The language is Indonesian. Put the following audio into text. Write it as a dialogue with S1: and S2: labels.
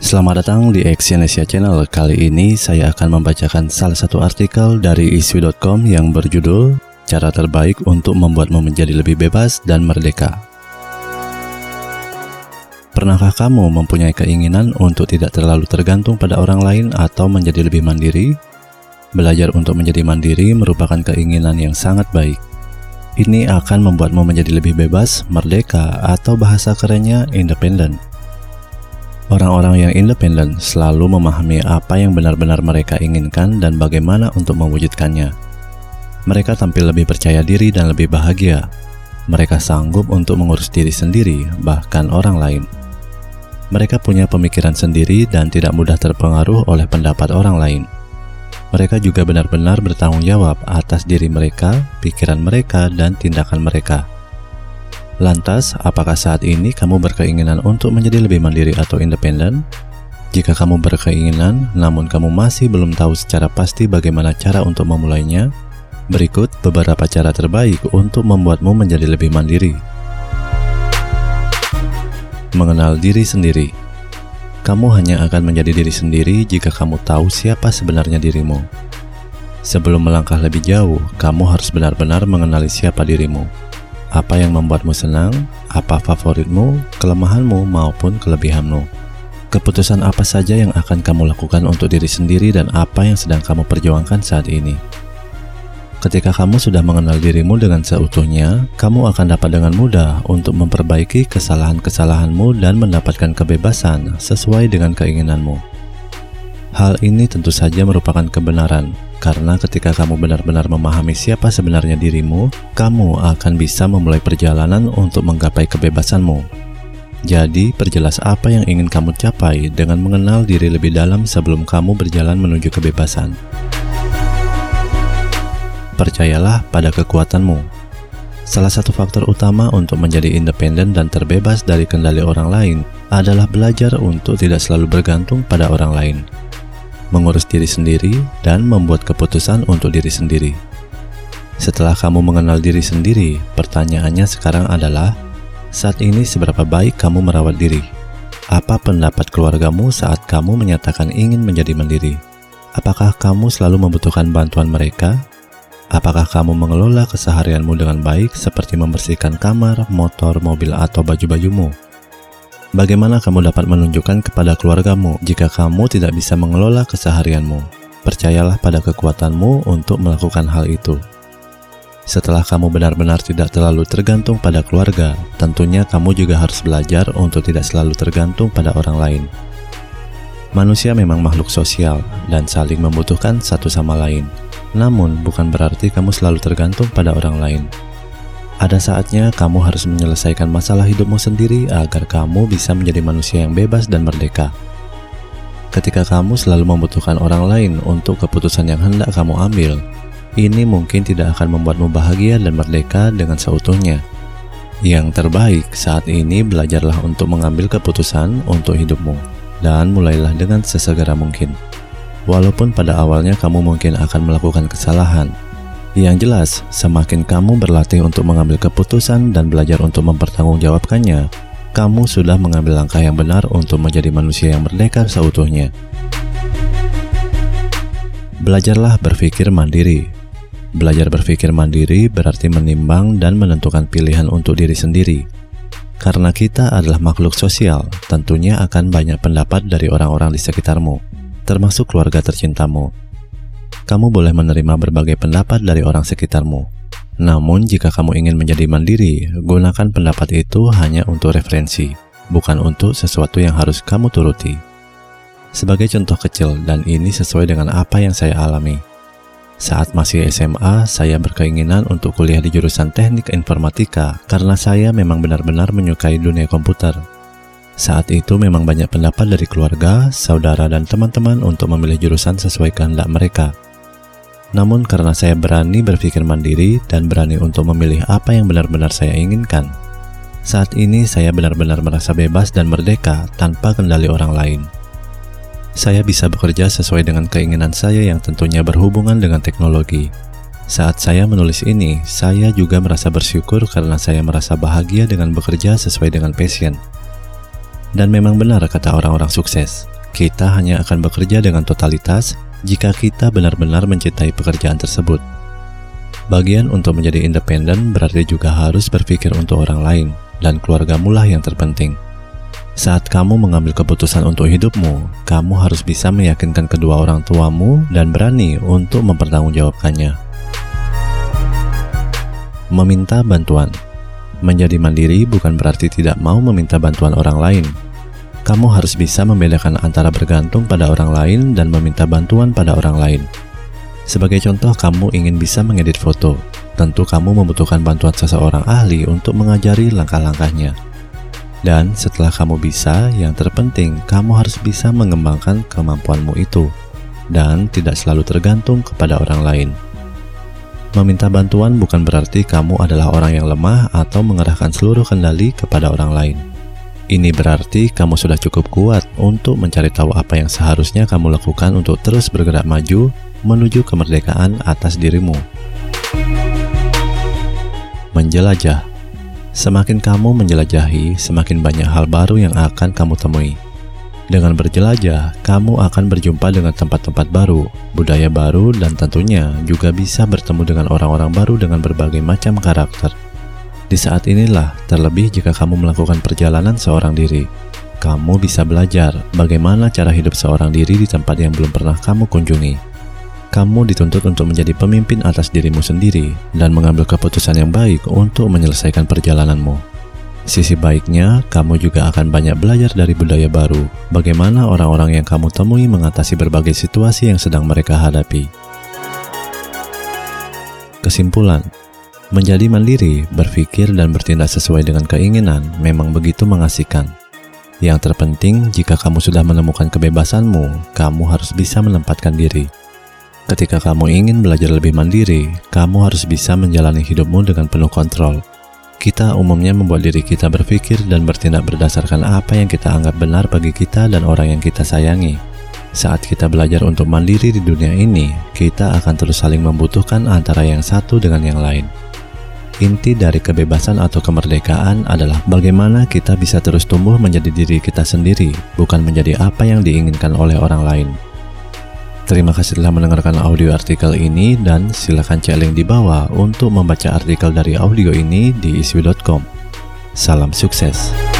S1: Selamat datang di Exyonesia Channel. Kali ini saya akan membacakan salah satu artikel dari iswi.com yang berjudul Cara Terbaik untuk Membuatmu Menjadi Lebih Bebas dan Merdeka. Pernahkah kamu mempunyai keinginan untuk tidak terlalu tergantung pada orang lain atau menjadi lebih mandiri? Belajar untuk menjadi mandiri merupakan keinginan yang sangat baik. Ini akan membuatmu menjadi lebih bebas, merdeka, atau bahasa kerennya independen. Orang-orang yang independen selalu memahami apa yang benar-benar mereka inginkan dan bagaimana untuk mewujudkannya. Mereka tampil lebih percaya diri dan lebih bahagia. Mereka sanggup untuk mengurus diri sendiri, bahkan orang lain. Mereka punya pemikiran sendiri dan tidak mudah terpengaruh oleh pendapat orang lain. Mereka juga benar-benar bertanggung jawab atas diri mereka, pikiran mereka, dan tindakan mereka. Lantas, apakah saat ini kamu berkeinginan untuk menjadi lebih mandiri atau independen? Jika kamu berkeinginan, namun kamu masih belum tahu secara pasti bagaimana cara untuk memulainya, berikut beberapa cara terbaik untuk membuatmu menjadi lebih mandiri. Mengenal diri sendiri. Kamu hanya akan menjadi diri sendiri jika kamu tahu siapa sebenarnya dirimu. Sebelum melangkah lebih jauh, kamu harus benar-benar mengenali siapa dirimu. Apa yang membuatmu senang, apa favoritmu, kelemahanmu maupun kelebihanmu. Keputusan apa saja yang akan kamu lakukan untuk diri sendiri dan apa yang sedang kamu perjuangkan saat ini. Ketika kamu sudah mengenal dirimu dengan seutuhnya, kamu akan dapat dengan mudah untuk memperbaiki kesalahan-kesalahanmu dan mendapatkan kebebasan sesuai dengan keinginanmu. Hal ini tentu saja merupakan kebenaran, karena ketika kamu benar-benar memahami siapa sebenarnya dirimu, kamu akan bisa memulai perjalanan untuk menggapai kebebasanmu. Jadi, perjelas apa yang ingin kamu capai dengan mengenal diri lebih dalam sebelum kamu berjalan menuju kebebasan. Percayalah pada kekuatanmu. Salah satu faktor utama untuk menjadi independen dan terbebas dari kendali orang lain adalah belajar untuk tidak selalu bergantung pada orang lain, mengurus diri sendiri, dan membuat keputusan untuk diri sendiri. Setelah kamu mengenal diri sendiri, pertanyaannya sekarang adalah, saat ini seberapa baik kamu merawat diri? Apa pendapat keluargamu saat kamu menyatakan ingin menjadi mandiri? Apakah kamu selalu membutuhkan bantuan mereka? Apakah kamu mengelola keseharianmu dengan baik seperti membersihkan kamar, motor, mobil, atau baju-bajumu? Bagaimana kamu dapat menunjukkan kepada keluargamu jika kamu tidak bisa mengelola keseharianmu? Percayalah pada kekuatanmu untuk melakukan hal itu. Setelah kamu benar-benar tidak terlalu tergantung pada keluarga, tentunya kamu juga harus belajar untuk tidak selalu tergantung pada orang lain. Manusia memang makhluk sosial dan saling membutuhkan satu sama lain. Namun, bukan berarti kamu selalu tergantung pada orang lain. Ada saatnya kamu harus menyelesaikan masalah hidupmu sendiri agar kamu bisa menjadi manusia yang bebas dan merdeka. Ketika kamu selalu membutuhkan orang lain untuk keputusan yang hendak kamu ambil, ini mungkin tidak akan membuatmu bahagia dan merdeka dengan seutuhnya. Yang terbaik saat ini, belajarlah untuk mengambil keputusan untuk hidupmu, dan mulailah dengan sesegera mungkin. Walaupun pada awalnya kamu mungkin akan melakukan kesalahan, yang jelas, semakin kamu berlatih untuk mengambil keputusan dan belajar untuk mempertanggungjawabkannya, kamu sudah mengambil langkah yang benar untuk menjadi manusia yang merdeka seutuhnya. Belajarlah berpikir mandiri. Belajar berpikir mandiri berarti menimbang dan menentukan pilihan untuk diri sendiri. Karena kita adalah makhluk sosial, tentunya akan banyak pendapat dari orang-orang di sekitarmu, termasuk keluarga tercintamu. Kamu boleh menerima berbagai pendapat dari orang sekitarmu. Namun, jika kamu ingin menjadi mandiri, gunakan pendapat itu hanya untuk referensi, bukan untuk sesuatu yang harus kamu turuti. Sebagai contoh kecil, dan ini sesuai dengan apa yang saya alami. Saat masih SMA, saya berkeinginan untuk kuliah di jurusan teknik informatika karena saya memang benar-benar menyukai dunia komputer. Saat itu memang banyak pendapat dari keluarga, saudara, dan teman-teman untuk memilih jurusan sesuai kehendak mereka. Namun karena saya berani berpikir mandiri dan berani untuk memilih apa yang benar-benar saya inginkan, saat ini saya benar-benar merasa bebas dan merdeka tanpa kendali orang lain. Saya bisa bekerja sesuai dengan keinginan saya yang tentunya berhubungan dengan teknologi. Saat saya menulis ini, saya juga merasa bersyukur karena saya merasa bahagia dengan bekerja sesuai dengan passion. Dan memang benar kata orang-orang sukses, Kita hanya akan bekerja dengan totalitas jika kita benar-benar mencintai pekerjaan tersebut. Bagian untuk menjadi independen berarti juga harus berpikir untuk orang lain, dan keluargamu lah yang terpenting. Saat kamu mengambil keputusan untuk hidupmu, kamu harus bisa meyakinkan kedua orang tuamu dan berani untuk mempertanggungjawabkannya. Meminta bantuan. Menjadi mandiri bukan berarti tidak mau meminta bantuan orang lain. Kamu harus bisa membedakan antara bergantung pada orang lain dan meminta bantuan pada orang lain. Sebagai contoh, kamu ingin bisa mengedit foto. Tentu kamu membutuhkan bantuan seseorang ahli untuk mengajari langkah-langkahnya. Dan setelah kamu bisa, yang terpenting kamu harus bisa mengembangkan kemampuanmu itu dan tidak selalu tergantung kepada orang lain. Meminta bantuan bukan berarti kamu adalah orang yang lemah atau mengerahkan seluruh kendali kepada orang lain. Ini berarti kamu sudah cukup kuat untuk mencari tahu apa yang seharusnya kamu lakukan untuk terus bergerak maju menuju kemerdekaan atas dirimu. Menjelajah. Semakin kamu menjelajahi, semakin banyak hal baru yang akan kamu temui. Dengan berjelajah, kamu akan berjumpa dengan tempat-tempat baru, budaya baru, dan tentunya juga bisa bertemu dengan orang-orang baru dengan berbagai macam karakter. Di saat inilah, terlebih jika kamu melakukan perjalanan seorang diri, kamu bisa belajar bagaimana cara hidup seorang diri di tempat yang belum pernah kamu kunjungi. Kamu dituntut untuk menjadi pemimpin atas dirimu sendiri dan mengambil keputusan yang baik untuk menyelesaikan perjalananmu. Sisi baiknya, kamu juga akan banyak belajar dari budaya baru, bagaimana orang-orang yang kamu temui mengatasi berbagai situasi yang sedang mereka hadapi. Kesimpulan. Menjadi mandiri, berpikir dan bertindak sesuai dengan keinginan memang begitu mengasihkan. Yang terpenting, jika kamu sudah menemukan kebebasanmu, kamu harus bisa menempatkan diri. Ketika kamu ingin belajar lebih mandiri, kamu harus bisa menjalani hidupmu dengan penuh kontrol. Kita umumnya membuat diri kita berpikir dan bertindak berdasarkan apa yang kita anggap benar bagi kita dan orang yang kita sayangi. Saat kita belajar untuk mandiri di dunia ini, kita akan terus saling membutuhkan antara yang satu dengan yang lain. Inti dari kebebasan atau kemerdekaan adalah bagaimana kita bisa terus tumbuh menjadi diri kita sendiri, bukan menjadi apa yang diinginkan oleh orang lain. Terima kasih telah mendengarkan audio artikel ini dan silakan cek link di bawah untuk membaca artikel dari audio ini di isyu.com. Salam sukses.